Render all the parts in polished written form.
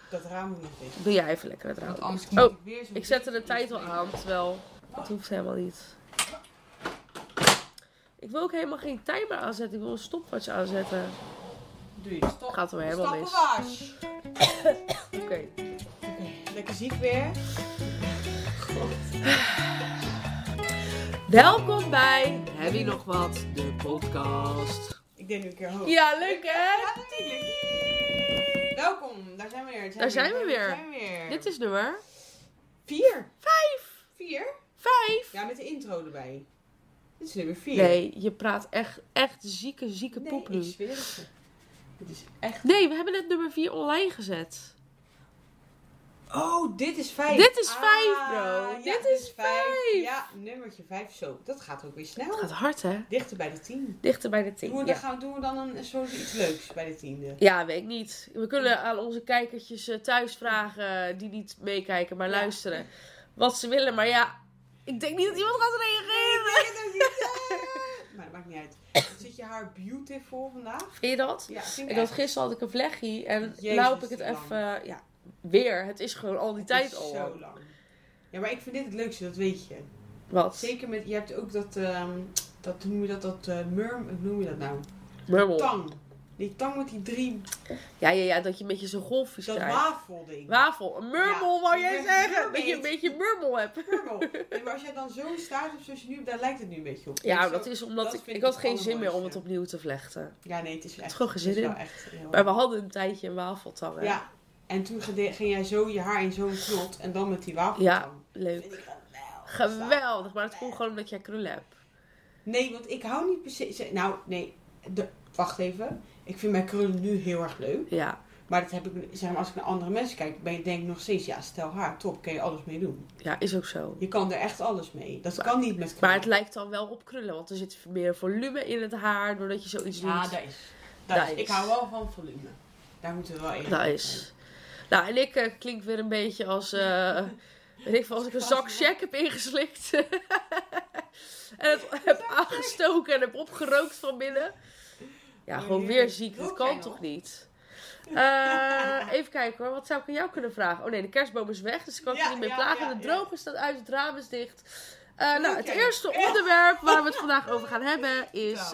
Dat raam moet nog dicht. Doe jij even lekker het raam. Want anders Oh, moet ik weer zo... ik zette de tijd al aan, terwijl het hoeft helemaal niet. Ik wil ook helemaal geen timer aanzetten. Ik wil een stopwatch aanzetten. Doe je stop. Gaat er weer helemaal mis. Stappenwaars. Oké. Lekker ziek weer. God. Welkom bij Heb je nog wat? De podcast. Ik deed nu een keer hoog. Ja, leuk hè? Ja, natuurlijk. Welkom, daar zijn we weer. Daar zijn we weer. Dit is nummer 4. 5. 4? 5. Ja, met de intro erbij. Dit is nummer 4. Nee, je praat echt zieke poep nu. Ik zweer het je. Dit is echt... Nee, we hebben net nummer 4 online gezet. Oh, dit is 5. Dit is 5, bro. Ja, Dit is 5. Ja, nummertje 5. Zo, dat gaat ook weer snel. Het gaat hard hè? Dichter bij de 10. Dichter bij de 10. Doen we dan iets leuks bij de 10e? Ja, weet ik niet. We kunnen aan onze kijkertjes thuis vragen die niet meekijken, maar luisteren. Wat ze willen, maar ja, ik denk niet dat iemand gaat reageren. Maar dat maakt niet uit. Zit je haar beautiful vandaag? Vind je dat? Ja, vind Ik had gisteren had ik een vleggie en Jezus, loop ik het te even, weer. Het is gewoon al die tijd al. Zo lang. Ja, maar ik vind dit het leukste, dat weet je. Wat? Zeker met, je hebt ook dat hoe noem je dat, hoe noem je dat nou? Murmel. Tang. Die tang met die 3, Ja, dat je een beetje zo'n golfjes dat krijgt. wafelding. Wafel. Een murmel, Ja, wou jij een zeggen? mermaid. Dat je een beetje murmel hebt. Murmel. Nee, maar als jij dan zo staat hebt zoals je nu hebt, daar lijkt het nu een beetje op. Ja, Zo, dat is omdat dat ik vind had het geen zin meer om het allermooiste. opnieuw te vlechten. Ja, nee, het is echt... gewoon geen zin het is in. wel echt heel... Maar we hadden een tijdje een wafeltang. Hè? Ja, en toen ging jij zo je haar in zo'n knot en dan met die wafeltang. Ja, leuk. Vind ik Geweldig, maar het komt gewoon omdat jij krullen hebt. Nee, want ik hou niet per se... Nou, nee. Wacht even. Ik vind mijn krullen nu heel erg leuk. Ja, Maar dat heb ik, zeg maar, als ik naar andere mensen kijk, denk ik nog steeds, ja, stel haar, top, kan je alles mee doen. ja, is ook zo. Je kan er echt alles mee. Dat kan niet met krullen. Maar het lijkt dan wel op krullen, want er zit meer volume in het haar doordat je zoiets doet. Ja, dat is. Ik hou wel van volume. Daar moeten we wel even Dat is. Nou, en ik klink weer een beetje als, weet ik veel, als ik een zak check heb ingeslikt. En het heb aangestoken en heb opgerookt van binnen. Ja, gewoon weer ziek. Dat kan toch niet? Even kijken hoor. Wat zou ik aan jou kunnen vragen? Oh nee, de kerstboom is weg. Dus ik kan er niet mee plagen. De droger staat uit. Het raam is dicht. Nou, het eerste onderwerp waar we het vandaag over gaan hebben is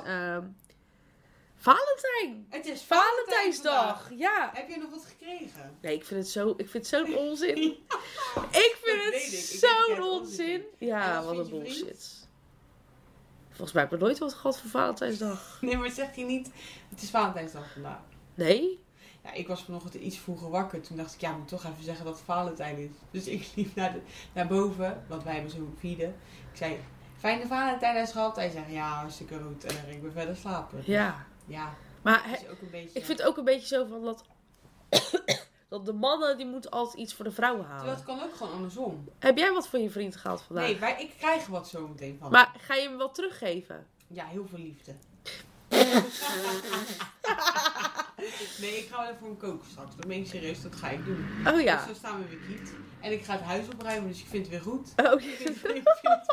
Valentijn. Het is Valentijnsdag. Ja. Heb je nog wat gekregen? Nee, ik vind het zo'n onzin. Ik vind Dat het weet ik. Ik zo'n vind het onzin. Ja, En wat wat een vindt je vriend? bullshit. Volgens mij heb ik nog nooit wat gehad voor Valentijnsdag. Nee, maar zegt hij niet, het is Valentijnsdag vandaag. Nee? Ja, ik was vanochtend iets vroeger wakker. Toen dacht ik, ja, ik moet toch even zeggen dat het Valentijn is. Dus ik liep naar boven, want wij hebben zo'n vierde. Ik zei, fijne Valentijn gehad. Hij zei, ja, hartstikke goed. En dan ging ik weer verder slapen. Ja. Ja, Maar dat is ook een beetje... ik vind het ook een beetje zo van dat... dat de mannen, die moeten altijd iets voor de vrouwen halen. Terwijl het kan ook gewoon andersom. Heb jij wat voor je vriend gehaald vandaag? Nee, ik krijg er wat zo meteen van. Maar ga je hem wel teruggeven? Ja, heel veel liefde. Nee, ik ga wel even voor hem koken straks. Dat meen ik serieus, dat ga ik doen. Oh Dus ja. zo staan we weer kiet. En ik ga het huis opruimen, dus ik vind het weer goed. Oh, Ik vind het weer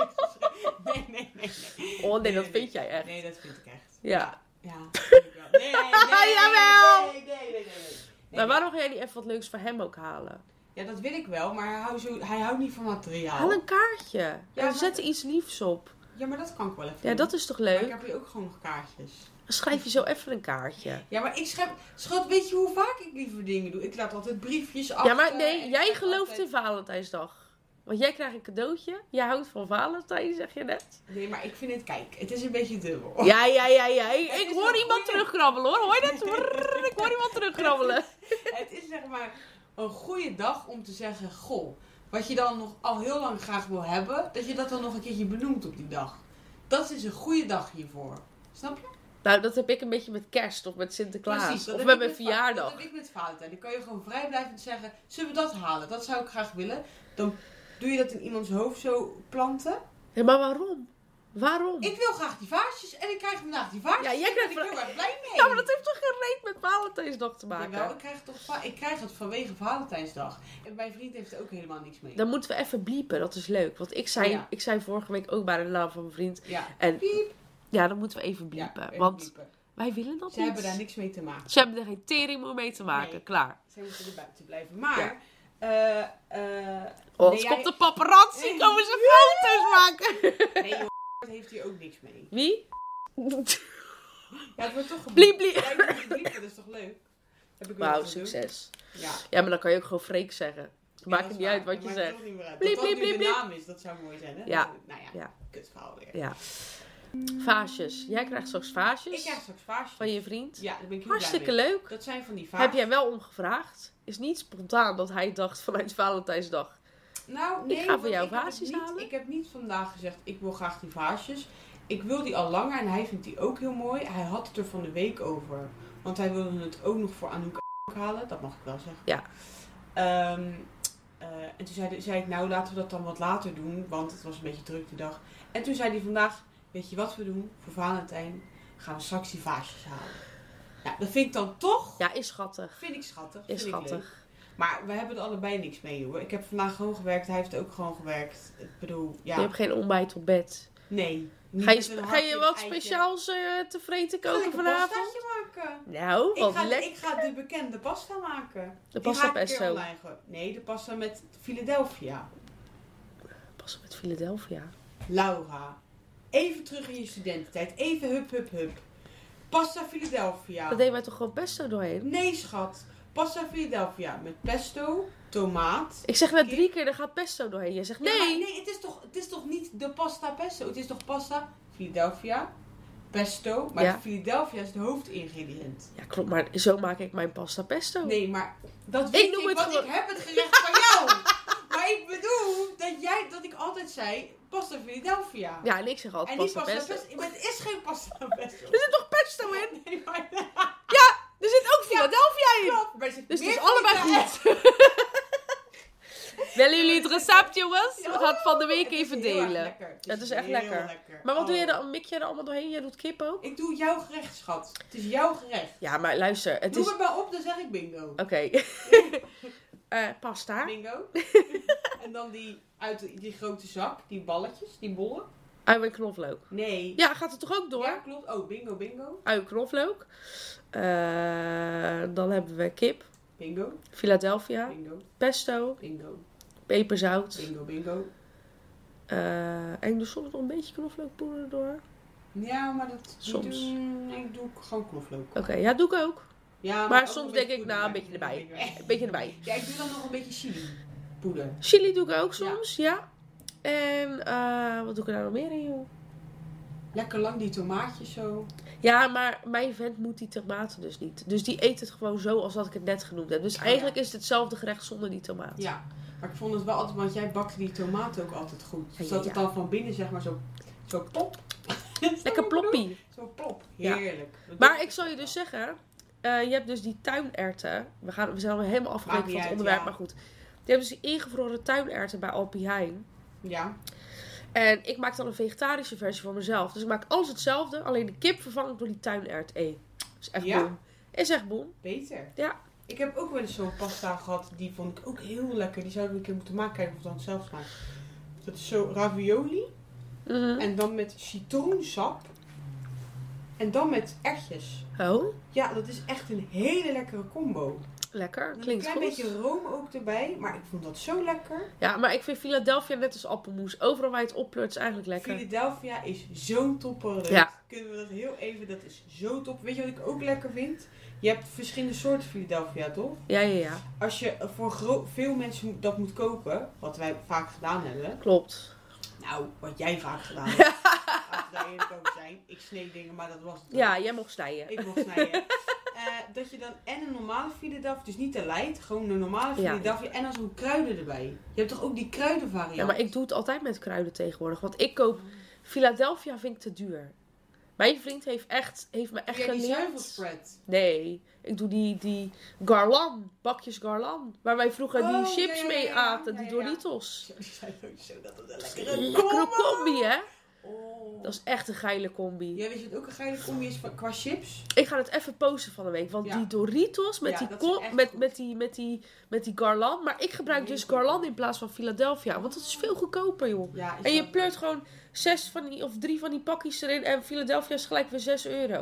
Nee. oh nee, dat vind jij echt. Nee, dat vind ik echt. Ja. Ja, vind ik wel. Nee. Jawel! Nee. Maar waarom ga jij niet even wat leuks voor hem ook halen? Ja, dat wil ik wel, maar hij houdt niet van materiaal. Haal een kaartje. Ja, En zet er iets liefs op. Ja, maar dat kan ik wel even Ja, doen. dat is toch Maar ik leuk? heb hier ook gewoon nog kaartjes. Dan schrijf je zo even een kaartje. Ja, maar ik schrijf... Schat, weet je hoe vaak ik liever dingen doe? Ik laat altijd briefjes achter. Ja, maar nee, en ik jij schrijf gelooft altijd- in Valentijnsdag. Want jij krijgt een cadeautje. Jij houdt van Valentijn, zeg je net. Nee, maar ik vind het... Kijk, het is een beetje dubbel. Ja. Ik is hoor een iemand goeie- terugkrabbelen hoor. Hoor je dat? Ik hoor iemand terugkrabbelen. Het is zeg maar een goede dag om te zeggen... Goh, wat je dan nog al heel lang graag wil hebben... Dat je dat dan nog een keertje benoemt op die dag. Dat is een goede dag hiervoor. Snap je? Nou, dat heb ik een beetje met kerst of met Sinterklaas. Precies, dat Of heb met ik mijn verjaardag. Dat heb ik met Valentijn. Dan kan je gewoon vrijblijvend zeggen... Zullen we dat halen? Dat zou ik graag willen. Dan doe je dat in iemands hoofd zo planten. Ja, maar waarom? Waarom? Ik wil graag die vaasjes en ik krijg vandaag die vaasjes. Ja, jij en daar krijgt ben ik heel erg blij mee. Ja, maar dat heeft toch geen reet met Valentijnsdag te maken? Jawel, ik krijg het vanwege Valentijnsdag. En mijn vriend heeft er ook helemaal niks mee. Dan moeten we even bliepen, dat is leuk. Want ik zei vorige week ook bij de naam van mijn vriend. Ja. En Piep. ja, dan moeten we even bliepen. Ja, even want bliepen. Wij willen dat Ze niet. hebben daar niks mee te maken. Ze hebben er geen tering meer mee te maken. Nee. Klaar. Zij moeten er buiten blijven. Maar... Anders komt de paparazzi. Komen ze foto's maken. Nee joh, daar heeft hij ook niks mee. Wie? Ja, het wordt toch gebliep. Bliep, bliep. Ja, ik vind het bliep, dat is toch leuk? Heb ik Wauw, wel succes. Ja. Ja, maar dan kan je ook gewoon Freek zeggen. Maakt Ja, het dat niet is uit waar. wat je Dat zegt. maakt toch niet meer uit. Bliep, Dat dat bliep, nu de bliep, naam is, dat zou mooi zijn, hè? Ja. Nou ja, Ja. kut verhaal weer. Ja. Vaasjes. Jij krijgt straks vaasjes. Ik krijg straks vaasjes. Van je vriend. Ja, daar ben ik heel Hartstikke blij mee. leuk. Dat zijn van die vaasjes. Heb jij wel omgevraagd? Is niet spontaan dat hij dacht vanuit Valentijnsdag. Nou, nee, Ik ga voor want jou ik heb het vaasjes niet- halen. Ik heb niet vandaag gezegd, ik wil graag die vaasjes. Ik wil die al langer en hij vindt die ook heel mooi. Hij had het er van de week over. Want hij wilde het ook nog voor Anouk halen. Dat mag ik wel zeggen. Ja. En toen zei ik, nou laten we dat dan wat later doen. Want het was een beetje druk die dag. En toen zei hij vandaag, weet je wat we doen? Voor Valentijn gaan we straks die vaasjes halen. Nou, dat vind ik dan toch, Ja, is schattig. vind ik schattig. Is vind ik leuk. schattig. Maar we hebben er allebei niks mee hoor. Ik heb vandaag gewoon gewerkt, hij heeft ook gewoon gewerkt. Ik bedoel, ja. Je hebt geen ontbijt op bed. Nee. Niet Ga met een je hartje wat eitje. speciaals te vreten Ga koken ik een vanavond? pastaatje maken. Nou, wat lekker. Ik ga de bekende pasta maken. De Die pasta ga ik een keer pesto. online gooien. Nee, de pasta met Philadelphia. Pas met Philadelphia. Laura, even terug in je studententijd. Even hup, hup, hup. Pasta Philadelphia. Dat deden wij toch gewoon pesto doorheen? Nee, schat. Pasta Philadelphia met pesto, tomaat. Ik zeg net 3 keer, er gaat pesto doorheen. Jij zegt Ja, maar nee. nee, het is toch niet de pasta pesto? Het is toch pasta Philadelphia, pesto. Maar Ja. de Philadelphia is het hoofdingrediënt. Ja, klopt, maar zo maak ik mijn pasta pesto. Nee, maar dat weet ik, noem het want gewoon- ik heb het gerecht van jou. Maar ik bedoel dat ik altijd zei pasta Philadelphia. Ja, en ik zeg altijd En die pasta pasta pesto. pesto, maar het is geen pasta pesto. Er zit toch pesto in? Nee, maar Er zit ook Philadelphia in. klopt. Maar er zit Dus het meer is allebei Philadelphia- goed. Willen jullie het recept, jongens? We Ja. gaan het van de week Het is even heel erg delen. lekker. Het is echt heel lekker. Maar wat doe je Oh. dan? Mik je er allemaal doorheen? Jij doet kip ook? Ik doe jouw gerecht, schat. Het is jouw gerecht. Ja, maar luister. Het Noem is... het maar op, dan zeg ik bingo. Oké. Pasta. Bingo. En dan die grote zak, die balletjes, die bollen. Ui en knoflook. Nee. Ja, gaat het toch ook door? Ja, klopt. Oh, bingo, bingo. Ui en knoflook. Dan hebben we kip. Bingo, Philadelphia. bingo, Pesto. bingo, Peperzout. bingo, bingo. En ik doe soms nog een beetje knoflookpoeder door. Ja, maar dat Soms. ik doe gewoon knoflook. Oké, ja, doe ik ook. Ja, Maar ook soms een denk beetje ik, nou, een poeder beetje erbij. erbij. Een beetje erbij. Ja, ik doe dan nog een beetje chili poeder. Chili doe ik ook soms, ja. En wat doe ik er nou nog meer in, joh? Lekker lang die tomaatjes zo. Ja, maar mijn vent moet die tomaten dus niet. Dus die eet het gewoon zo als dat ik het net genoemd heb. Dus eigenlijk is het hetzelfde gerecht zonder die tomaat. Ja, maar ik vond het wel altijd, want jij bakte die tomaten ook altijd goed. Dus dat het dan van binnen zeg maar zo plop. Lekker ploppie. Zo plop. Ja. Heerlijk. Maar ik zal je dus zeggen, je hebt dus die tuinerwten. We zijn alweer helemaal Maakt afgeweken niet van het uit, onderwerp, ja. maar goed. Je hebt dus die ingevroren tuinerwten bij Alpie Heijn. Ja. En ik maak dan een vegetarische versie voor mezelf. Dus ik maak alles hetzelfde, alleen de kip vervang ik door die tuinert. Is echt Ja? boem. Is echt boem. Beter. Ja. Ik heb ook wel eens zo'n pasta gehad, die vond ik ook heel lekker. Die zouden we een keer moeten maken, kijken of het dan zelf smaakt. Dat is zo ravioli. Mhm. En dan met citroensap. En dan met erwtjes. Oh, Ja, dat is echt een hele lekkere combo. lekker. Een Klinkt klein goed. beetje room ook erbij. Maar ik vond dat zo lekker. Ja, maar ik vind Philadelphia net als appelmoes. Overal waar je het oppleurt is eigenlijk lekker. Philadelphia is zo'n topproduct. Ja. Kunnen we dat heel even, dat is zo top. Weet je wat ik ook lekker vind? Je hebt verschillende soorten Philadelphia, toch? Ja. Als je voor veel mensen dat moet kopen, wat wij vaak gedaan hebben. Klopt. Nou, wat jij vaak gedaan hebt. Laten we daar eerlijk over zijn. Ik sneed dingen, maar dat was het ook. Ja, jij mocht snijden. Ik mocht snijden. Dat je dan en een normale Philadelphia, dus niet de light, gewoon een normale Philadelphia en dan zo'n kruiden erbij. Je hebt toch ook die kruidenvariant? Ja, maar ik doe het altijd met kruiden tegenwoordig. Want ik koop Philadelphia vind ik te duur. Mijn vriend heeft me echt die geleerd. zuivelspread. Nee, ik doe die Garlan, bakjes Garlan. Waar wij vroeger die Oh, chips ja, mee aten, ja, die ja. Doritos. Die zijn ook zo dat het een Dat is lekkere een lekkere combi, hè? Oh. Dat is echt een geile combi. Ja, weet je wat ook een geile combi is qua chips? Ik ga het even posten van de week. Want Ja. die Doritos met, Ja, die dat is echt goed. met die Garlan. Maar ik gebruik Heel dus goed. Garlan in plaats van Philadelphia. Want dat is veel goedkoper, joh. Ja, is En je dat- pleurt gewoon 3 van die pakjes erin. En Philadelphia is gelijk weer €6.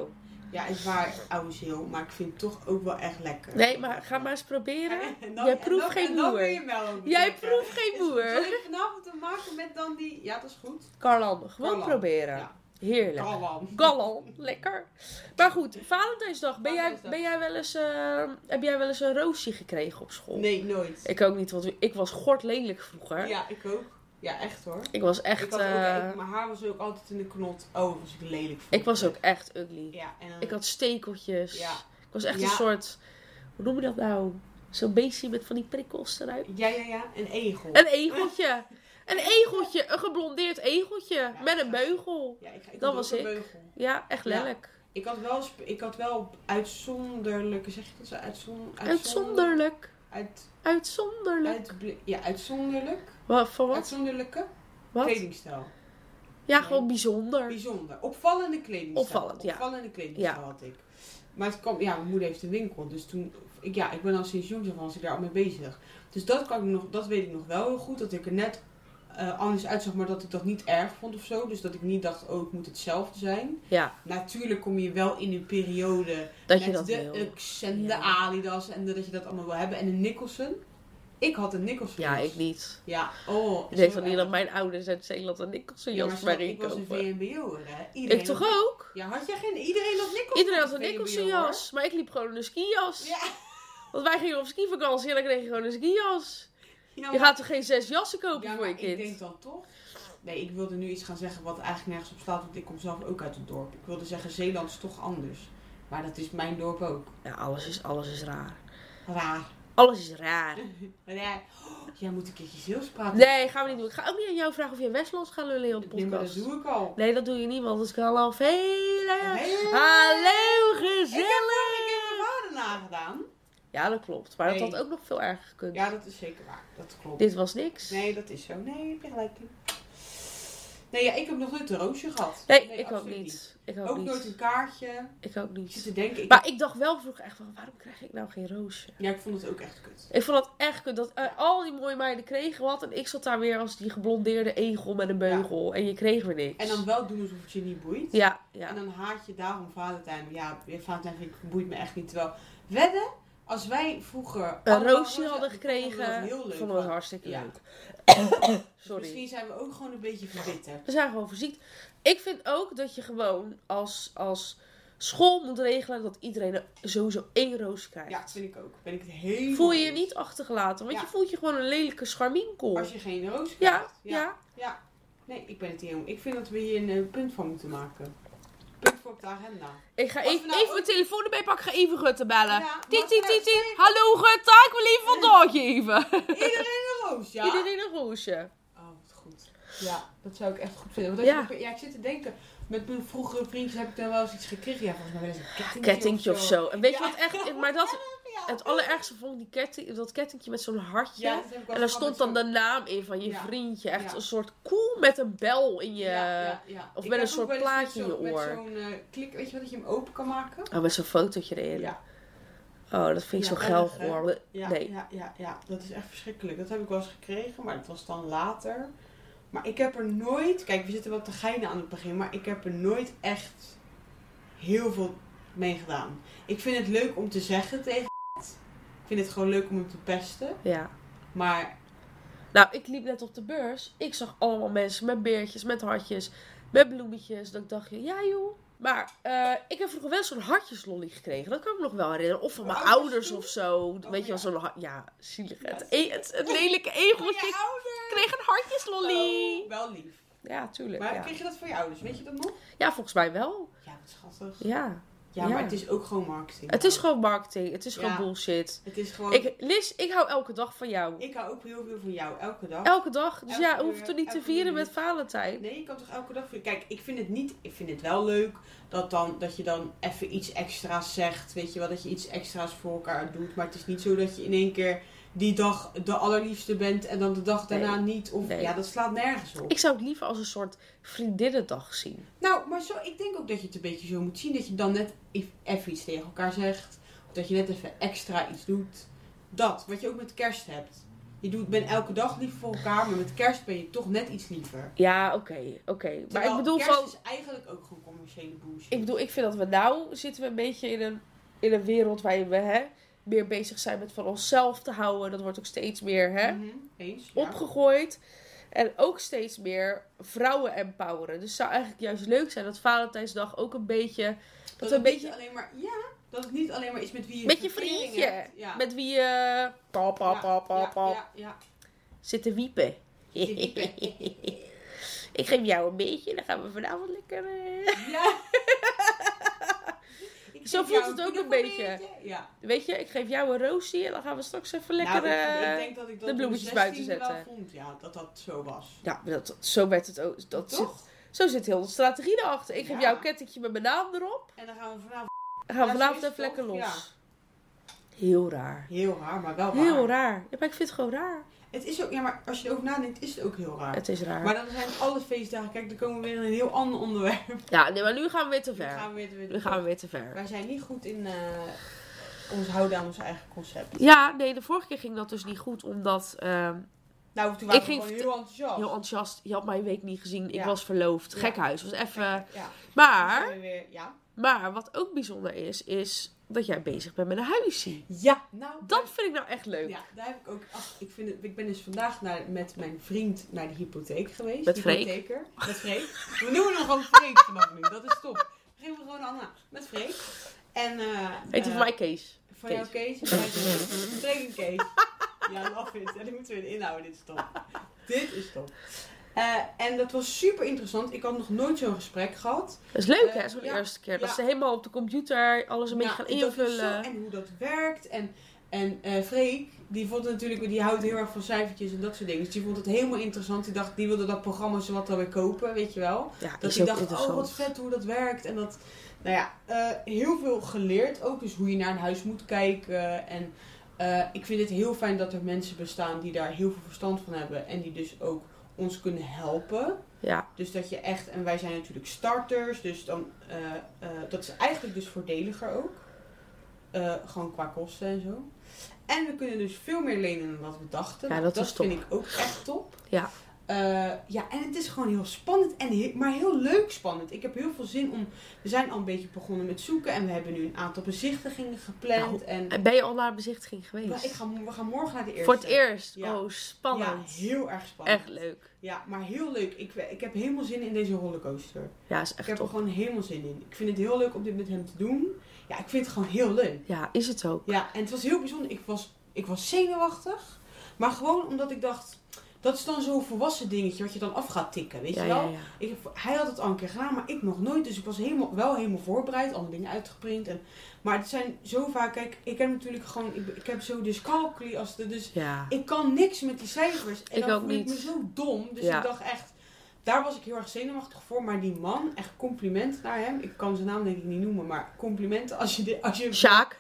Ja, het is waar, oude ziel, maar ik vind het toch ook wel echt lekker. Nee, maar ga maar eens proberen. En Jij proeft geen moer. Jij proeft geen moer. Zal ik vanavond te maken met dan die... Ja, dat is goed. Karlan, gewoon Karlan. proberen. Ja. Heerlijk. Gallan, lekker. Maar goed, Valentijnsdag. Ben jij wel eens, heb jij wel eens een roosje gekregen op school? Nee, nooit. Ik ook niet, want ik was gortlelijk vroeger. Ja, ik ook. Ja, echt hoor. Ik was echt... Ik had ook, mijn haar was ook altijd in de knot. Oh, was ik lelijk vroeger. Ik was ook echt ugly. Ja, en dan... Ik had stekeltjes. Ja. Ik was echt een soort... Hoe noem je dat nou? Zo'n beestje met van die prikkels eruit. Ja. Een egel. Een egeltje. Een egeltje. Een geblondeerd egeltje. Ja, met een beugel. Ja, dat was ik. Beugel. Ja, echt lelijk. Ja. Ik had wel uitzonderlijke... Zeg je dat zo? Uitzonderlijk. Uitzonderlijk. Uitzonderlijk. Wat, van wat? Uitzonderlijke Wat? kledingstijl. Ja, gewoon bijzonder. Bijzonder. Opvallende kledingstijl. Opvallende kledingstijl had ik. Maar het kwam, mijn moeder heeft een winkel. Dus toen, ik ben al sinds jongs af was ik daar al mee bezig. Dus dat weet ik nog wel heel goed. Dat ik er net anders uitzag, maar dat ik dat niet erg vond of zo. Dus dat ik niet dacht, ik moet hetzelfde zijn. Ja. Natuurlijk kom je wel in een periode dat je met dat de wil. Ux en de Adidas en dat je dat allemaal wil hebben. En een Nicholson. Ik had een Nicholson. Ja, ik niet. Ja, ik weet van niet dat mijn ouders uit Zeeland een Nicholson jas voor mij ik was een VMBO'er, hè. Ik toch ook? Ja, had jij geen... Iedereen had Nicholson. Iedereen had een Nicholson jas. Maar ik liep gewoon in een skijas. Ja. Want wij gingen op skivakantie en dan kreeg je gewoon een skijas. Ja, je gaat toch geen 6 jassen kopen voor je kind? Ik denk dan toch... Nee, ik wilde nu iets gaan zeggen wat eigenlijk nergens op staat. Want ik kom zelf ook uit het dorp. Ik wilde zeggen, Zeeland is toch anders. Maar dat is mijn dorp ook. Ja, alles is raar. Raar. Alles is raar. Ja. Jij moet een keertje Zeeuws praten. Nee, gaan we niet doen. Ik ga ook niet aan jou vragen of je Westlands gaat lullen op de podcast. Nee, maar dat doe ik al. Nee, dat doe je niet, want het kan al vele... Hallo, gezellig! Ik heb vorige keer mijn vader nagedaan. Ja, dat klopt. Maar dat had ook nog veel erger gekund. Ja, dat is zeker waar. Dat klopt. Dit was niks. Nee, dat is zo. Nee, heb je gelijk in. Nee, ik heb nog nooit een roosje gehad. Nee, ik ook niet. Ook nooit een kaartje. Ik ook niet. Ik zit te denken. Maar ik dacht wel vroeger echt van, waarom krijg ik nou geen roosje? Ja, ik vond het ook echt kut. Ik vond het echt kut. Dat al die mooie meiden kregen wat. En ik zat daar weer als die geblondeerde egel met een beugel. Ja. En je kreeg weer niks. En dan wel doen alsof het je niet boeit. Ja. En dan haat je daarom Valentijn. Ja, Valentijn boeit me echt niet. Terwijl, wedden, als wij vroeger een roosje hadden gekregen, vonden we het hartstikke leuk. Sorry. Misschien zijn we ook gewoon een beetje verbitterd. We zijn gewoon verziekt. Ik vind ook dat je gewoon als school moet regelen dat iedereen sowieso 1 roos krijgt. Ja, dat vind ik ook. Ben ik het helemaal voel je je niet achtergelaten. Want je voelt je gewoon een lelijke scharminkel. Als je geen roos krijgt. Ja. Nee, ik ben het hier. Ik vind dat we hier een punt van moeten maken. Punt voor op de agenda. Ik ga even mijn telefoon erbij pakken. Ik ga even Gutte bellen. Ja, Tiet. Hallo Gutte, ik wil even vandaag geven. Iedereen een roos, ja? Iedereen een roosje. Oh, wat goed. Ja, dat zou ik echt goed vinden. Want ik zit te denken... Met mijn vroegere vriendjes heb ik dan wel eens iets gekregen. Ja, volgens mij wel eens een kettingje of zo. En weet je wat echt... Maar dat... Het allerergste vond ik dat kettingje met zo'n hartje. Ja, en daar stond dan de naam in van je vriendje. Echt een soort koel met een bel in je... Of met een soort plaatje in je oor. Met zo'n klik, weet je wat, dat je hem open kan maken? Oh, met zo'n fotootje erin. Ja. Oh, dat vind ik zo geil hoor. Ja, dat is echt verschrikkelijk. Dat heb ik wel eens gekregen, maar dat was dan later. Maar ik heb er nooit... Kijk, we zitten wel te geinen aan het begin, maar ik heb er nooit echt heel veel mee gedaan. Ik vind het leuk om te zeggen tegen Ik vind het gewoon leuk om hem te pesten. Ja. Maar... Nou, ik liep net op de beurs. Ik zag allemaal mensen met beertjes, met hartjes, met bloemetjes. Dat ik dacht, ja joh. Maar ik heb vroeger wel zo'n hartjeslolly gekregen. Dat kan ik me nog wel herinneren. Of van mijn ouders of zo. Weet je wel, zo'n... Ja, zielig. Het lelijke egeltje kreeg een hartjeslolly. Oh, wel lief. Ja, tuurlijk. Maar kreeg je dat voor je ouders? Weet je dat nog? Ja, volgens mij wel. Ja, wat schattig. Ja, maar het is ook gewoon marketing. Het is gewoon marketing. Het is gewoon bullshit. Het is gewoon... Liz, ik hou elke dag van jou. Ik hou ook heel veel van jou. Elke dag. Elke dag? Dus ja, hoef je toch niet te vieren met Valentijn? Nee, ik kan toch elke dag... Kijk, ik vind het wel leuk dat je dan even iets extra's zegt. Weet je wel, dat je iets extra's voor elkaar doet. Maar het is niet zo dat je in één keer die dag de allerliefste bent en dan de dag daarna niet. Of ja, dat slaat nergens op. Ik zou het liever als een soort vriendinnendag zien. Nou, maar ik denk ook dat je het een beetje zo moet zien. Dat je dan net even iets tegen elkaar zegt. Of dat je net even extra iets doet. Dat, wat je ook met kerst hebt. ben elke dag lief voor elkaar, maar met kerst ben je toch net iets liever. Ja, oké. Maar ik bedoel kerst van... is eigenlijk ook gewoon commerciële bullshit. Ik vind dat we nou zitten we een beetje in een wereld waarin we meer bezig zijn met van onszelf te houden. Dat wordt ook steeds meer Eens, opgegooid. En ook steeds meer vrouwen empoweren. Dus het zou eigenlijk juist leuk zijn dat Valentijnsdag ook een beetje... Dat het niet alleen maar is met wie je... Met je vriendje. Hebt. Ja. Met wie je... Ja. Zit te wiepen. Ik geef jou een beetje, dan gaan we vanavond lekker... Ja. Zo voelt het ook een beetje. Ja. Weet je, ik geef jou een roosje en dan gaan we straks even lekker ik denk dat ik dat de bloemetjes buiten zetten. Wel vond, dat zo was. Ja, zo werd het ook. Zo zit heel de strategie erachter. Ik geef jou een kettingje met mijn naam erop. En dan gaan we vanavond even lekker los. Ja. Heel raar. Heel raar, maar wel waar. Heel raar. Ja, maar ik vind het gewoon raar. Het is ook, maar als je erover nadenkt, is het ook heel raar. Het is raar. Maar dan zijn alle feestdagen. Kijk, dan komen we weer in een heel ander onderwerp. Ja, nee, maar nu gaan we weer te ver. Nu gaan we weer te ver. Wij zijn niet goed in ons houden aan ons eigen concept. Ja, nee, de vorige keer ging dat dus niet goed, omdat... toen waren we gewoon heel enthousiast. Heel enthousiast. Je had mijn week niet gezien. Ik was verloofd. Gekhuis. Was even... Ja. Maar wat ook bijzonder is dat jij bezig bent met een huisje. Ja, dat vind ik nou echt leuk. Ja, daar heb ik ook... Ik ben dus vandaag met mijn vriend naar de hypotheek geweest. Met Freek. Met Freek. We noemen hem gewoon Freek vanaf nu. Dat is top. We geven gewoon aan met Freek. En... Heet hij voor mij Kees? Van jou Kees. Freek en Kees. Ja, love it. Ja, die moeten we in inhouden. Dit is top. Dit is top. En dat was super interessant. Ik had nog nooit zo'n gesprek gehad. Dat is leuk hè, zo'n eerste keer. Dat ze helemaal op de computer alles een beetje gaan invullen. En hoe dat werkt. En Freek, die vond het natuurlijk, die houdt heel erg van cijfertjes en dat soort dingen. Dus die vond het helemaal interessant. Die wilde dat programma zo wat dan weer kopen, weet je wel. Ja, dat hij dacht, oh wat vet hoe dat werkt. En dat, heel veel geleerd ook. Dus hoe je naar een huis moet kijken. En ik vind het heel fijn dat er mensen bestaan die daar heel veel verstand van hebben. En die dus ook ons kunnen helpen. Ja. Dus dat je echt, en wij zijn natuurlijk starters, dus dan, dat is eigenlijk dus voordeliger ook. Gewoon qua kosten en zo. En we kunnen dus veel meer lenen dan wat we dachten. Ja, dat vind ik ook echt top. Ja. En het is gewoon heel spannend, maar heel leuk spannend. Ik heb heel veel zin om... We zijn al een beetje begonnen met zoeken en we hebben nu een aantal bezichtigingen gepland. En ben je al naar een bezichtiging geweest? We gaan morgen naar de eerste. Voor het eerst? Ja. Oh, spannend. Ja, heel erg spannend. Echt leuk. Ja, maar heel leuk. Ik heb helemaal zin in deze rollercoaster. Ja, is echt Ik heb top. er gewoon helemaal zin in. Ik vind het heel leuk om dit met hem te doen. Ja, ik vind het gewoon heel leuk. Ja, is het ook. Ja, en het was heel bijzonder. Ik was zenuwachtig. Maar gewoon omdat ik dacht... Dat is dan zo'n volwassen dingetje wat je dan af gaat tikken, weet je wel? Ja. Hij had het al een keer gedaan, maar ik nog nooit. Dus ik was wel helemaal voorbereid, alle dingen uitgeprint. Maar het zijn zo vaak, kijk, ik heb natuurlijk gewoon, ik heb zo dyscalculie als dus ik kan niks met die cijfers. En dan voel ik me zo dom. Dus ik dacht echt, daar was ik heel erg zenuwachtig voor. Maar die man, echt compliment naar hem. Ik kan zijn naam denk ik niet noemen, maar complimenten als je Sjaak.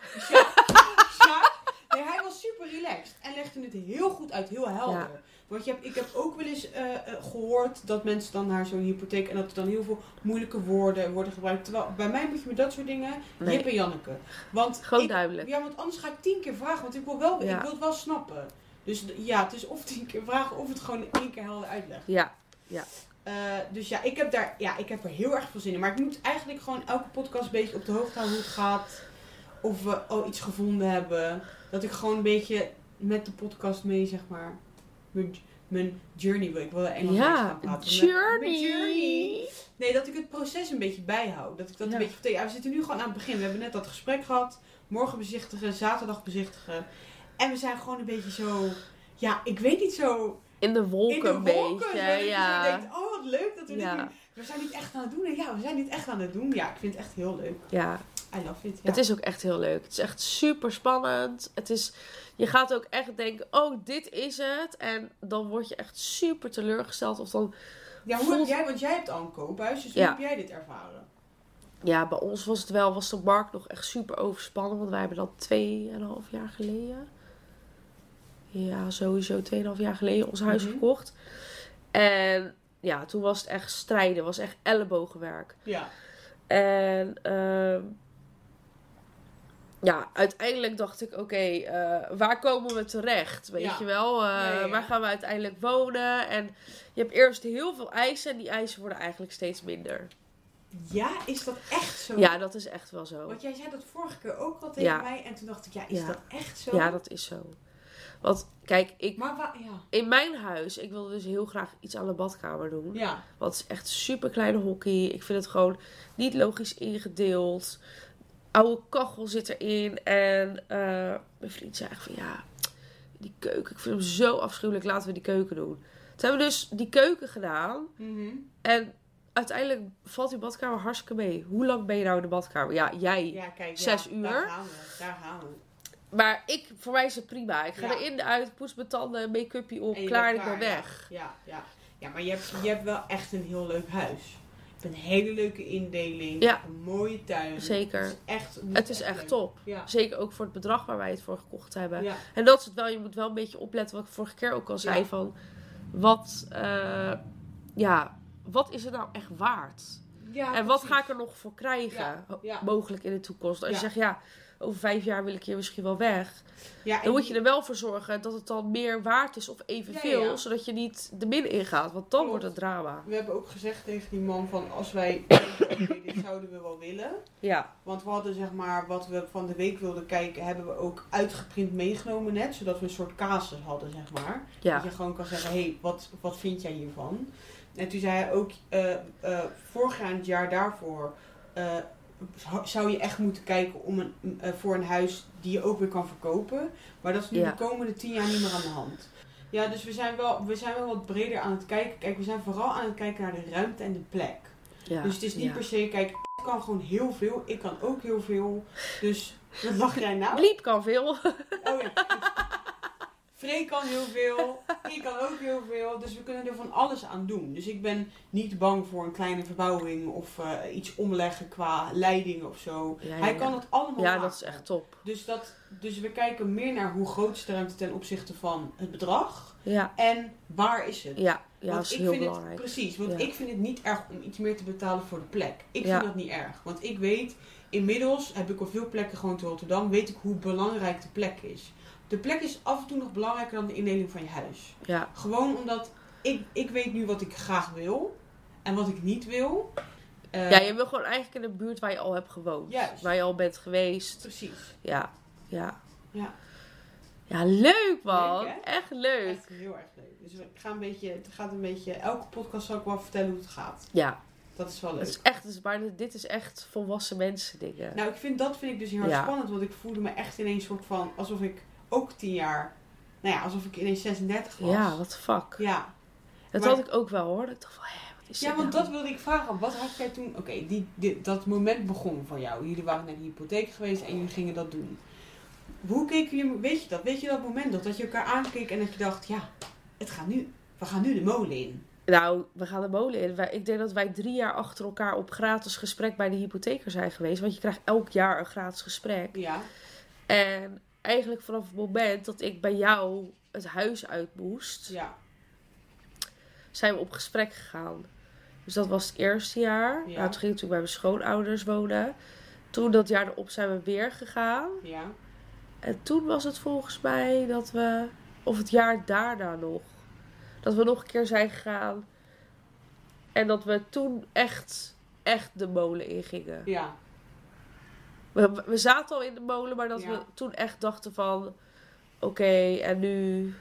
Nee, hij was super relaxed en legde het heel goed uit, heel helder. Ja. Want ik heb ook wel eens gehoord dat mensen dan naar zo'n hypotheek en dat er dan heel veel moeilijke woorden worden gebruikt. Terwijl bij mij moet je met dat soort dingen Jip en Janneke. Want gewoon duidelijk. Ja, want anders ga ik 10 keer vragen, want ik wil het wel snappen. Dus ja, het is of 10 keer vragen of het gewoon 1 keer helder uitleggen. Ja. Dus ja, ik heb er heel erg veel zin in. Maar ik moet eigenlijk gewoon elke podcast een beetje op de hoogte houden hoe het gaat. Of we al iets gevonden hebben. Dat ik gewoon een beetje met de podcast mee, zeg maar, mijn journey wil. Ik wil Engels gaan praten. Journey. Nee, dat ik het proces een beetje bijhoud. Dat ik dat een beetje vertel. Ja, we zitten nu gewoon aan het begin. We hebben net dat gesprek gehad. Morgen bezichtigen, zaterdag bezichtigen. En we zijn gewoon een beetje zo... Ja, ik weet niet zo... In de wolken een beetje. Ja. Je denkt, oh wat leuk dat we dit doen. We zijn niet echt aan het doen. En ja, we zijn niet echt aan het doen. Ja, ik vind het echt heel leuk. Ja. I love it. Ja. Het is ook echt heel leuk. Het is echt super spannend. Je gaat ook echt denken, oh, dit is het. En dan word je echt super teleurgesteld. Of dan hoe heb jij, want jij hebt al een koophuis. Dus hoe heb jij dit ervaren? Ja, bij ons was de markt nog echt super overspannen. Want wij hebben dat 2,5 jaar geleden. Ja, sowieso 2,5 jaar geleden ons huis gekocht. En ja, toen was het echt strijden. Het was echt ellebogenwerk. Ja. En ja, uiteindelijk dacht ik, oké, waar komen we terecht? Weet je wel? Waar gaan we uiteindelijk wonen? En je hebt eerst heel veel eisen en die eisen worden eigenlijk steeds minder. Ja, is dat echt zo? Ja, dat is echt wel zo. Want jij zei dat vorige keer ook al tegen mij. En toen dacht ik, is dat echt zo? Ja, dat is zo. Want, kijk, Maar in mijn huis, ik wilde dus heel graag iets aan de badkamer doen. Ja. Want het is echt een super kleine hockey. Ik vind het gewoon niet logisch ingedeeld. Oude kachel zit erin. En mijn vriend zei echt van, ja, die keuken. Ik vind hem zo afschuwelijk. Laten we die keuken doen. Toen hebben we dus die keuken gedaan. Mm-hmm. En uiteindelijk valt die badkamer hartstikke mee. Hoe lang ben je nou in de badkamer? Ja, jij. Ja, kijk, 6 uur. Daar gaan we. Maar voor mij is het prima. Ik ga erin, uit, poets mijn tanden, make-upje op, klaar en ik ben weg. Ja, maar je hebt wel echt een heel leuk huis. Je hebt een hele leuke indeling. Ja. Een mooie tuin. Zeker. Het is echt leuk. top. Ja. Zeker ook voor het bedrag waar wij het voor gekocht hebben. Ja. En dat is het wel. Je moet wel een beetje opletten wat ik vorige keer ook al zei. Van, wat is het nou echt waard? Ja, en wat ga ik er nog voor krijgen? Ja. Mogelijk in de toekomst. Als je zegt, over 5 jaar wil ik hier misschien wel weg. Ja, dan moet je er wel voor zorgen dat het dan meer waard is of evenveel. Zodat je niet de min ingaat. Want dan wordt het drama. We hebben ook gezegd tegen die man van als wij dit zouden we wel willen. Ja. Want we hadden zeg maar wat we van de week wilden kijken hebben we ook uitgeprint meegenomen net. Zodat we een soort casus hadden zeg maar. Ja. Dat je gewoon kan zeggen hé, wat vind jij hiervan? En toen zei hij ook vorig jaar en het jaar daarvoor zou je echt moeten kijken om voor een huis die je ook weer kan verkopen. Maar dat is nu de komende 10 jaar niet meer aan de hand. Ja, dus we zijn wel wat breder aan het kijken. Kijk, we zijn vooral aan het kijken naar de ruimte en de plek. Ja, dus het is niet per se, kijk, ik kan gewoon heel veel. Ik kan ook heel veel. Dus, wat lach jij nou? Bliep kan veel. Oh ja. Free kan heel veel. Ik kan ook heel veel. Dus we kunnen er van alles aan doen. Dus ik ben niet bang voor een kleine verbouwing of iets omleggen qua leidingen of zo. Hij kan het allemaal maken. Dat is echt top. Dus we kijken meer naar hoe groot is de ruimte ten opzichte van het bedrag. Ja. En waar is het? Ja, dat is heel belangrijk. Precies, want ik vind het niet erg om iets meer te betalen voor de plek. Ik vind dat niet erg. Want ik weet, inmiddels heb ik op veel plekken gewoon te Rotterdam, weet ik hoe belangrijk de plek is. De plek is af en toe nog belangrijker dan de indeling van je huis. Ja. Gewoon omdat ik weet nu wat ik graag wil en wat ik niet wil. Je wil gewoon eigenlijk in de buurt waar je al hebt gewoond. Juist. Waar je al bent geweest. Precies. Ja, leuk man. Leuk, echt leuk. Echt heel erg leuk. Dus het gaat een beetje, elke podcast zal ik wel vertellen hoe het gaat. Ja. Dat is wel leuk. Het is echt, maar dit is echt volwassen mensen dingen. Nou, dat vind ik dus heel erg spannend. Want ik voelde me echt ineens soort van, alsof ik ook 10 jaar, alsof ik ineens 36 was. Ja, what the fuck. Ja. Dat had ik ook wel hoor. Ik dacht van, wat is dit want dat wilde ik vragen. Wat had jij toen, dat moment begon van jou. Jullie waren naar de hypotheek geweest en jullie gingen dat doen. Hoe keken jullie, weet je dat? Weet je dat moment nog? Dat je elkaar aankeek en dat je dacht, we gaan nu de molen in. Nou, we gaan de molen in. Ik denk dat wij 3 jaar achter elkaar op gratis gesprek bij de hypotheker zijn geweest. Want je krijgt elk jaar een gratis gesprek. Ja. En eigenlijk vanaf het moment dat ik bij jou het huis uit moest, zijn we op gesprek gegaan. Dus dat was het eerste jaar. Ja. Nou, toen ging ik natuurlijk bij mijn schoonouders wonen. Toen dat jaar erop zijn we weer gegaan. Ja. En toen was het volgens mij dat we, of het jaar daarna nog, dat we nog een keer zijn gegaan. En dat we toen echt de molen ingingen. Ja. We zaten al in de molen, maar dat we toen echt dachten van, oké, en nu,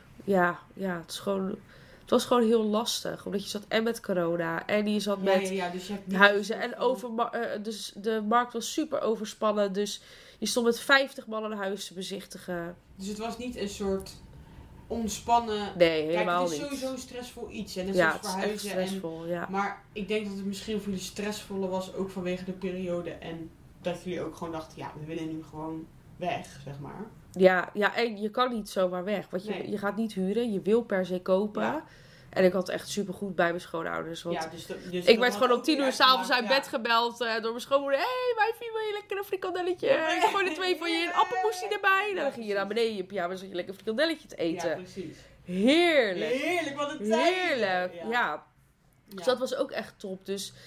het was gewoon heel lastig. Omdat je zat en met corona en je zat met dus je hebt huizen. En dus de markt was super overspannen. Dus je stond met 50 man een huis te bezichtigen. Dus het was niet een soort ontspannen. Nee, helemaal niet. Het is sowieso een stressvol iets. En net zoals verhuizen. Stressvol, maar ik denk dat het misschien voor jullie stressvoller was, ook vanwege de periode. En dat jullie ook gewoon dachten, we willen nu gewoon weg, zeg maar. Ja, en je kan niet zomaar weg. Want je gaat niet huren, je wil per se kopen. Ja. En ik had echt supergoed bij mijn schoonouders. Want dus ik werd gewoon om 10 uur 's avonds uit bed gebeld door mijn schoonmoeder. Hé, wijfie, wil je lekker een frikandelletje? Ik gooi er 2 van je in. Appelmoesje erbij. Dan ging je naar beneden in je pyjama, zat je lekker een frikandelletje te eten. Ja, precies. Heerlijk. Heerlijk, wat een tijd. Heerlijk, ja. Dus dat was ook echt top. Dus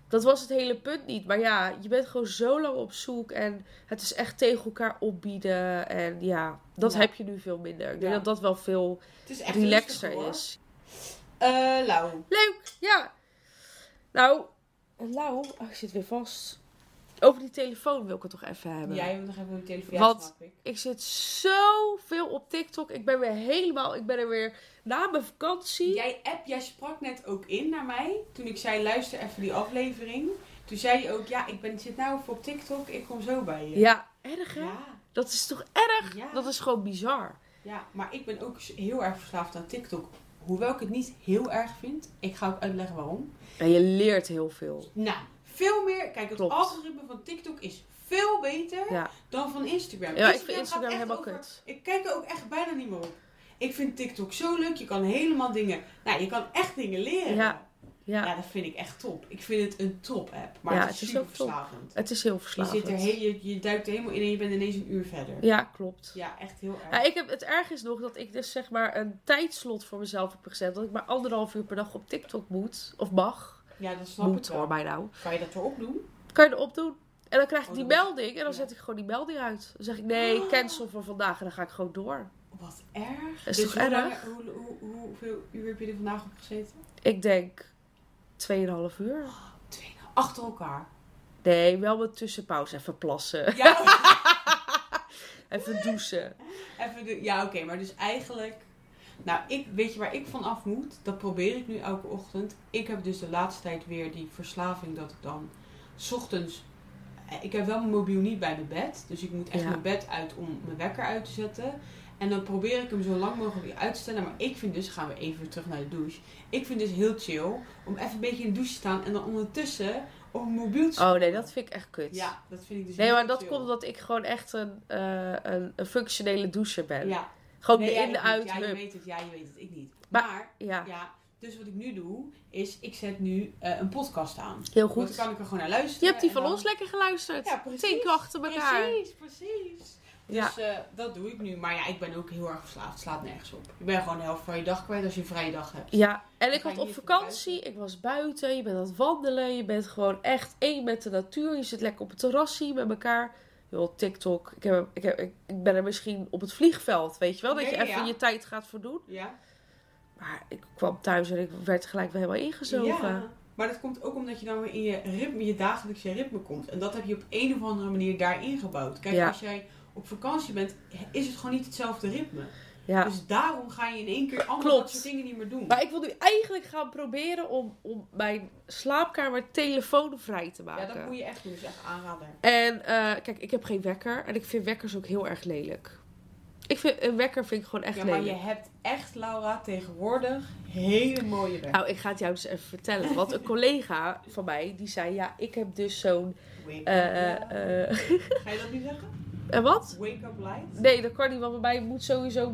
Dat was het hele punt niet. Maar ja, je bent gewoon zo lang op zoek. En het is echt tegen elkaar opbieden. En ja, dat heb je nu veel minder. Ik denk dat dat wel veel Het is echt relaxer rustig, is. Lau. Leuk, ja. Nou, Lau, ik zit weer vast. Over die telefoon wil ik het toch even hebben. Jij moet nog even een telefoon. Want snap ik. ik zit zoveel op TikTok. Ik ben er weer na mijn vakantie. Jij sprak net ook in naar mij. Toen ik zei, luister even die aflevering. Toen zei je ook, ja, zit nou even op TikTok. Ik kom zo bij je. Ja, erg hè? Ja. Dat is toch erg? Ja. Dat is gewoon bizar. Ja, maar ik ben ook heel erg verslaafd aan TikTok. Hoewel ik het niet heel erg vind. Ik ga ook uitleggen waarom. En je leert heel veel. Nou, veel meer. Kijk, het Klopt. algoritme van TikTok is veel beter dan van Instagram. Ja, ik vind Instagram helemaal kut. Ik kijk er ook echt bijna niet meer op. Ik vind TikTok zo leuk. Je kan helemaal dingen... Nou, je kan echt dingen leren. Ja, dat vind ik echt top. Ik vind het een top-app. Maar het is super verslavend. Het is heel verslavend. Je duikt er helemaal in en je bent ineens een uur verder. Ja, klopt. Ja, echt heel erg. Ja, het erg is nog dat ik dus zeg maar een tijdslot voor mezelf heb gezet. Dat ik maar 1,5 uur per dag op TikTok moet. Of mag. Ja, dat snap ik Moet wel. hoor, mij nou. Kan je dat erop doen? Kan je erop doen. En dan krijg ik die dat is- melding. En dan zet ik gewoon die melding uit. Dan zeg ik nee, cancel voor vandaag. En dan ga ik gewoon door. Wat erg. Dat is toch erg? Hoeveel uur heb je er vandaag op gezeten? Ik denk 2,5 uur. 2 achter elkaar. Nee, wel met tussenpauze. Even plassen. Ja, Even douchen. ja, oké, maar dus eigenlijk... Nou, weet je waar ik van af moet? Dat probeer ik nu elke ochtend. Ik heb dus de laatste tijd weer die verslaving dat ik dan 's ochtends... Ik heb wel mijn mobiel niet bij mijn bed. Dus ik moet echt mijn bed uit om mijn wekker uit te zetten. En dan probeer ik hem zo lang mogelijk uit te stellen. Maar ik vind dus, gaan we even weer terug naar de douche. Ik vind dus heel chill om even een beetje in de douche te staan. En dan ondertussen op mijn mobiel te Oh nee, dat vind ik echt kut. Ja, dat vind ik dus Nee, heel maar dat chill. komt omdat ik gewoon echt een functionele doucher ben. Ja. Gewoon Nee, de jij in, de niet. uit, Ja, je hup. weet het. Ja, je weet het. Ik niet. Maar- Maar Ja, ja, dus wat ik nu doe, is ik zet nu een podcast aan. heel Want goed. dan kan ik er gewoon naar luisteren. Je hebt die en van dan- ons lekker geluisterd. Ja, precies. 10 keer achter elkaar. Precies. Ja. Dus dat doe ik nu. Maar ja, ik ben ook heel erg verslaafd. Het slaat nergens op. Je bent gewoon de helft van je dag kwijt als je een vrije dag hebt. Ja, en ik ga was je op niet even vakantie, ik was buiten, je bent aan het wandelen, je bent gewoon echt één met de natuur. Je zit lekker op het terrasje met elkaar. Joh, TikTok, ik ben er misschien op het vliegveld, weet je wel, dat je even je tijd gaat verdoen. Ja. Maar ik kwam thuis en ik werd gelijk weer helemaal ingezogen. Ja. Maar dat komt ook omdat je dan weer in je ritme, je dagelijkse ritme komt. En dat heb je op een of andere manier daar ingebouwd. Kijk, als jij op vakantie bent, is het gewoon niet hetzelfde ritme. Ja. Dus daarom ga je in één keer allemaal Klopt. dat soort dingen niet meer doen. Maar ik wil nu eigenlijk gaan proberen om mijn slaapkamer telefoonvrij te maken. Ja, dat moet je echt doen. Dat is echt aanrader. En kijk, ik heb geen wekker. En ik vind wekkers ook heel erg lelijk. Een wekker vind ik gewoon echt Ja, maar lelijk. je hebt echt, Laura, tegenwoordig hele mooie wekker. Nou, ik ga het jou dus even vertellen. Want een collega van mij, die zei... Ja, ik heb dus zo'n... Ga je dat nu zeggen? Wat? Wake up light? Nee, dat kan niet. Want bij mij moet sowieso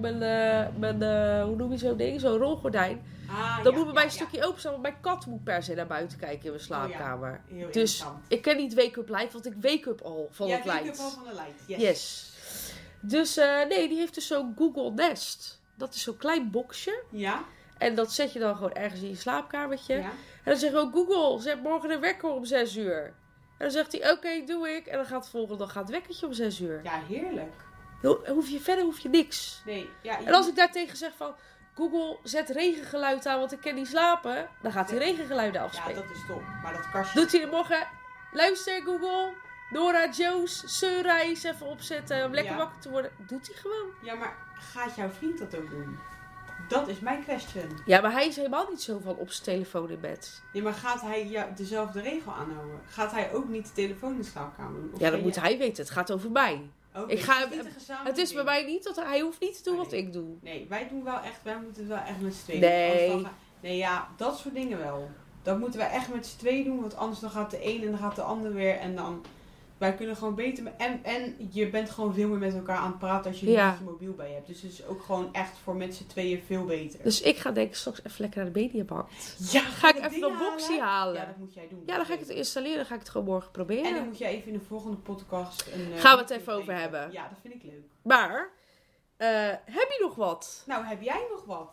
mijn hoe noem je zo'n ding? Zo'n rolgordijn. Dan moet bij mij een stukje openstaan. Want mijn kat moet per se naar buiten kijken in mijn slaapkamer. Heel Dus interessant. ik ken niet wake-up light. Want ik wake-up al van het Ja, light. wake up al van de light. Yes. Dus nee, die heeft dus zo'n Google Nest. Dat is zo'n klein boxje. Ja? En dat zet je dan gewoon ergens in je slaapkamertje. Ja. En dan zeg je ook Google, zet morgen een wekker om 6 uur. En dan zegt hij, oké, doe ik. En dan gaat het volgende dag het wekkertje om 6 uur. Ja, heerlijk. Verder hoef je niks. Nee, ja, En als ik daartegen zeg van, Google, zet regengeluid aan, want ik kan niet slapen. Dan gaat hij regengeluiden ja, afspelen. dat is top. Maar dat kastje... Doet hij de morgen, luister Google, Nora Jones, Sunrise even opzetten om lekker wakker te worden. Doet hij gewoon. Ja, maar gaat jouw vriend dat ook doen? Dat is mijn question. Ja, maar hij is helemaal niet zo van op zijn telefoon in bed. Nee, maar gaat hij dezelfde regel aanhouden? Gaat hij ook niet de telefoon in de slaapkamer doen? Of Ja, ga dat je- moet hij weten. Het gaat over mij. Oké, Ik ga het is hem- niet een gezamenlijk Het is bij ding. mij niet dat hij hoeft niet te doen Oh, wat nee. ik doe. Nee, wij moeten het wel echt met z'n tweeën Nee. doen. Nee, ja, dat soort dingen wel. Dat moeten wij echt met z'n tweeën doen, want anders dan gaat de een en dan gaat de ander weer. En dan, wij kunnen gewoon beter... En je bent gewoon veel meer met elkaar aan het praten als je niet je mobiel bij je hebt. Dus het is ook gewoon echt voor met z'n tweeën veel beter. Dus ik ga denk ik straks even lekker naar de Mediamarkt. Ja, Ga ik even een boxie halen. Ja, dat moet jij doen. Ja, dan ga ik het installeren. Dan ga ik het gewoon morgen proberen. En dan moet jij even in de volgende podcast... Gaan we het even over hebben. Ja, dat vind ik leuk. Maar, heb je nog wat? Nou, heb jij nog wat?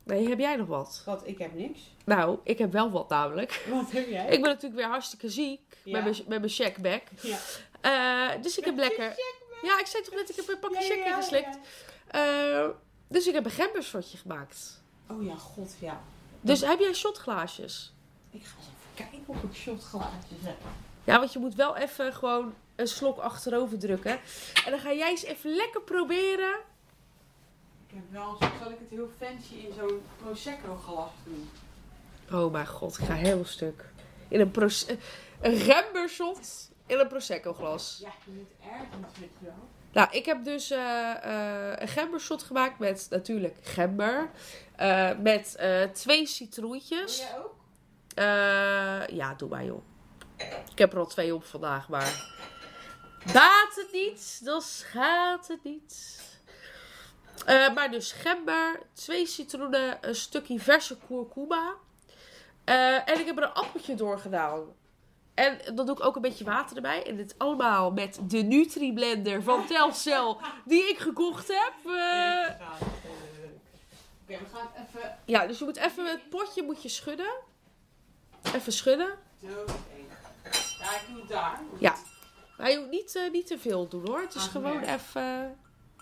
Nee, heb jij nog wat? Want ik heb niks. Nou, ik heb wel wat namelijk. Wat heb jij? Ik ben natuurlijk weer hartstikke ziek. Ja. Met mijn checkback. Ja. Dus ik heb lekker... Ja, ik zei toch net, ik heb een pakje check ja, ingeslikt. Dus ik heb een gembershotje gemaakt. Oh ja, god, ja. Dus heb jij shotglaasjes? Ik ga eens even kijken of ik shotglaasjes heb. Ja, want je moet wel even gewoon een slok achterover drukken. En dan ga jij eens even lekker proberen. Ik heb wel, zal ik het heel fancy in zo'n Prosecco glas doen? Oh mijn god, ik ga heel stuk. In een gembershot in een Prosecco glas. Ja, je moet ergens, weet je wel. Nou, ik heb dus een gembershot gemaakt met natuurlijk gember. Met 2 citroentjes. Wil jij ook? Ja, doe maar joh. Ik heb er al 2 op vandaag, maar... Baat het niet, dan schaadt het niet. Maar dus gember, 2 citroenen, een stukje verse kurkuma. En ik heb er een appeltje door gedaan. En dan doe ik ook een beetje water erbij. En dit allemaal met de Nutri-blender van Telcel die ik gekocht heb. Oké, we gaan even... Ja, dus je moet even het potje moet je schudden. Even schudden. Zo, ja, ik doe het daar. Ja. Maar je moet niet te veel doen hoor. Het is ASMR. gewoon even...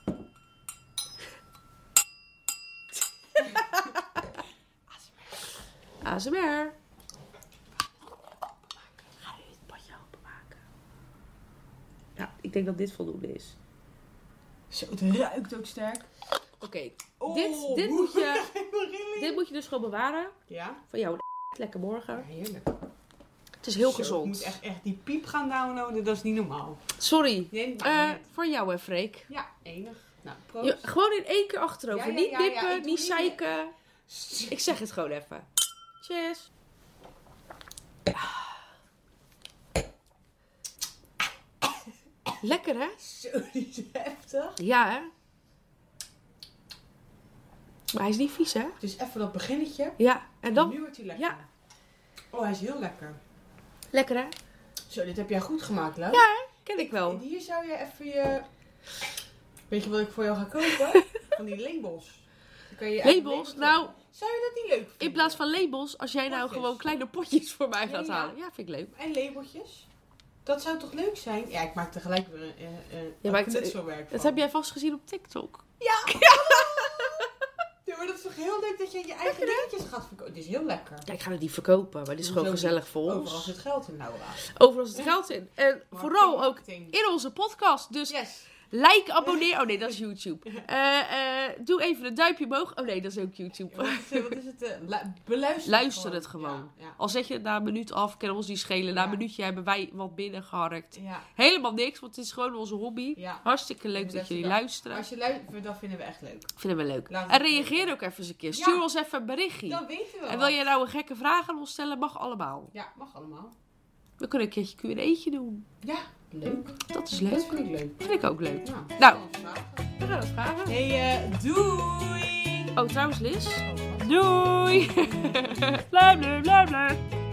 ASMR. Ga nu het potje openmaken. Ja, ik denk dat dit voldoende is. Zo, het ruikt ook sterk. Oké, Oh, dit moet je dus gewoon bewaren. Ja? Van jou lekker morgen. Ja, heerlijk. Het is heel Zo, gezond. Ik moet echt die piep gaan downloaden, dat is niet normaal. Sorry. Nee, maar niet. Voor jou en Freek. Ja, enig. Nou, proost. Gewoon in 1 keer achterover. Ja, niet ik nippen, doe niet niet- zeiken. Ik zeg het gewoon even. Cheers. Lekker hè? Zo, die is heftig. Ja hè? Maar hij is niet vies hè? Dus even dat beginnetje. Ja. En dan? Nu wordt hij lekker. Ja. Oh, hij is heel lekker. Lekker hè? Zo, dit heb jij goed gemaakt, Lau. Ja hè? Ken ik wel. En hier zou je even je... Weet je wat ik voor jou ga kopen? Van die labels. Dan kan je Labels? Nou, zou je dat niet leuk vinden? in plaats van labels, als jij nou Potjes. gewoon kleine potjes voor mij gaat Ja. halen. Ja, vind ik leuk. En labeltjes. Dat zou toch leuk zijn? Ja, ik maak tegelijk weer Ja, maar een knutselwerk Dat van. heb jij vast gezien op TikTok. Ja, maar dat is toch heel leuk dat je je eigen dingetjes gaat verkopen. Het is heel lekker. Ja, ik ga het niet verkopen, maar dit is gewoon Hoezo gezellig voor Overal ons. zit geld in, Laura. Overal zit geld in. En vooral ook Marketing. in onze podcast. Dus Yes. like, abonneer. Oh nee, dat is YouTube. Doe even een duimpje omhoog. Oh nee, dat is ook YouTube. Wat is het? Beluister Luister het gewoon. Ja, Al zeg je het na een minuut af, kunnen we ons niet schelen. Na een Ja. minuutje hebben wij wat binnengeharkt. ja. Helemaal niks, want het is gewoon onze hobby. Ja. Hartstikke leuk Dus dat even jullie dat- luisteren. Als je luistert, dat vinden we echt leuk. Vinden we leuk. Laat En het reageer weten. ook even eens een keer. Ja. Stuur ons even een berichtje. Dan weten we En wil wat. jij nou een gekke vraag aan ons stellen? Mag allemaal. Ja, mag allemaal. We kunnen een keertje Q&E'tje doen. Ja, leuk. Dat is Dat leuk. vind ik leuk. Vind ik ook leuk. Nou, Nou. we gaan vragen. We gaan het vragen. Hey, doei! Oh, trouwens Liz. Oh, wat? Doei! Bla bla bla bla.